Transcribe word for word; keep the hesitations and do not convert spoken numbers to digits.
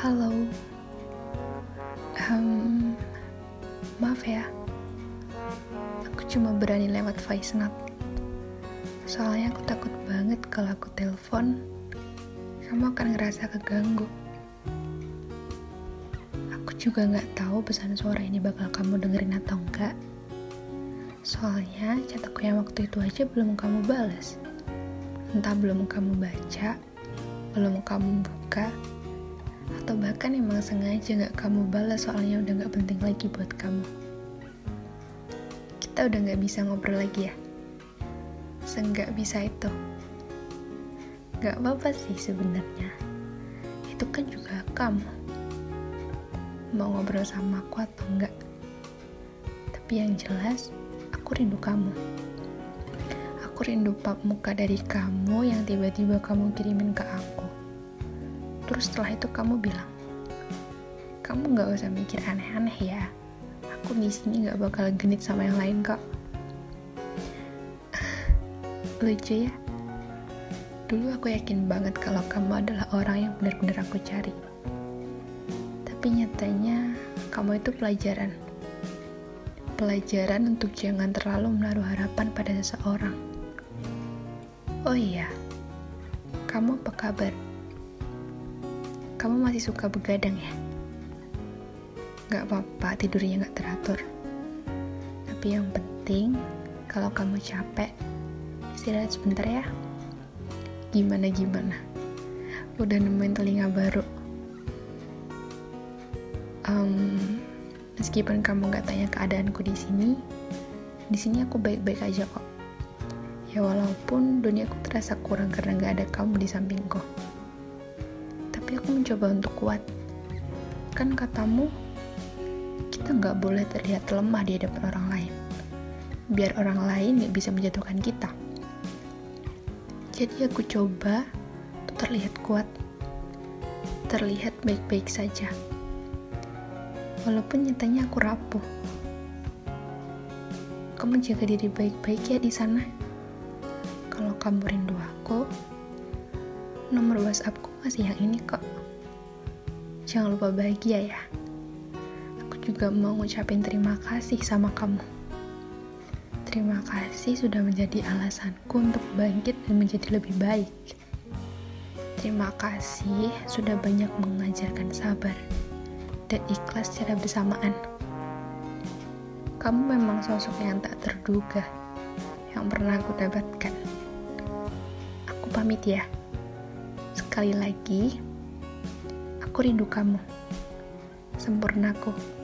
Halo, um, maaf ya, aku cuma berani lewat voice note. Soalnya aku takut banget kalau aku telepon, kamu akan ngerasa keganggu. Aku juga nggak tahu pesan suara ini bakal kamu dengerin atau enggak. Soalnya chat aku yang waktu itu aja belum kamu balas. Entah belum kamu baca, belum kamu buka, atau bahkan emang sengaja gak kamu balas soalnya udah gak penting lagi buat kamu. Kita udah gak bisa ngobrol lagi ya? Seenggak bisa itu. Gak apa-apa sih sebenarnya. Itu kan juga kamu. Mau ngobrol sama aku atau enggak. Tapi yang jelas, aku rindu kamu. Aku rindu pap muka dari kamu yang tiba-tiba kamu kirimin ke aku. Terus setelah itu kamu bilang, kamu nggak usah mikir aneh-aneh ya. Aku di sini nggak bakal genit sama yang lain kok. Lucu ya. Dulu aku yakin banget kalau kamu adalah orang yang benar-benar aku cari. Tapi nyatanya kamu itu pelajaran. Pelajaran untuk jangan terlalu menaruh harapan pada seseorang. Oh iya, kamu apa kabar? Kamu masih suka begadang ya? Gak apa-apa tidurnya gak teratur. Tapi yang penting, kalau kamu capek, istirahat sebentar ya. Gimana-gimana? Udah nemuin telinga baru. Um, meskipun kamu gak tanya keadaanku di sini, di sini aku baik-baik aja kok. Ya walaupun duniaku terasa kurang karena gak ada kamu di sampingku. Tapi aku mencoba untuk kuat. Kan katamu, kita gak boleh terlihat lemah di hadapan orang lain. Biar orang lain gak bisa menjatuhkan kita. Jadi aku coba untuk terlihat kuat. Terlihat baik-baik saja. Walaupun nyatanya aku rapuh. Kamu jaga diri baik-baik ya di sana. Kalau kamu rindu aku, nomor WhatsAppku masih yang ini kok. Jangan lupa bahagia ya. Aku juga mau ngucapin terima kasih sama kamu. Terima kasih sudah menjadi alasanku untuk bangkit dan menjadi lebih baik. Terima kasih sudah banyak mengajarkan sabar dan ikhlas secara bersamaan. Kamu memang sosok yang tak terduga yang pernah aku dapatkan. Aku pamit ya. Sekali lagi, aku rindu kamu. Sempurnaku.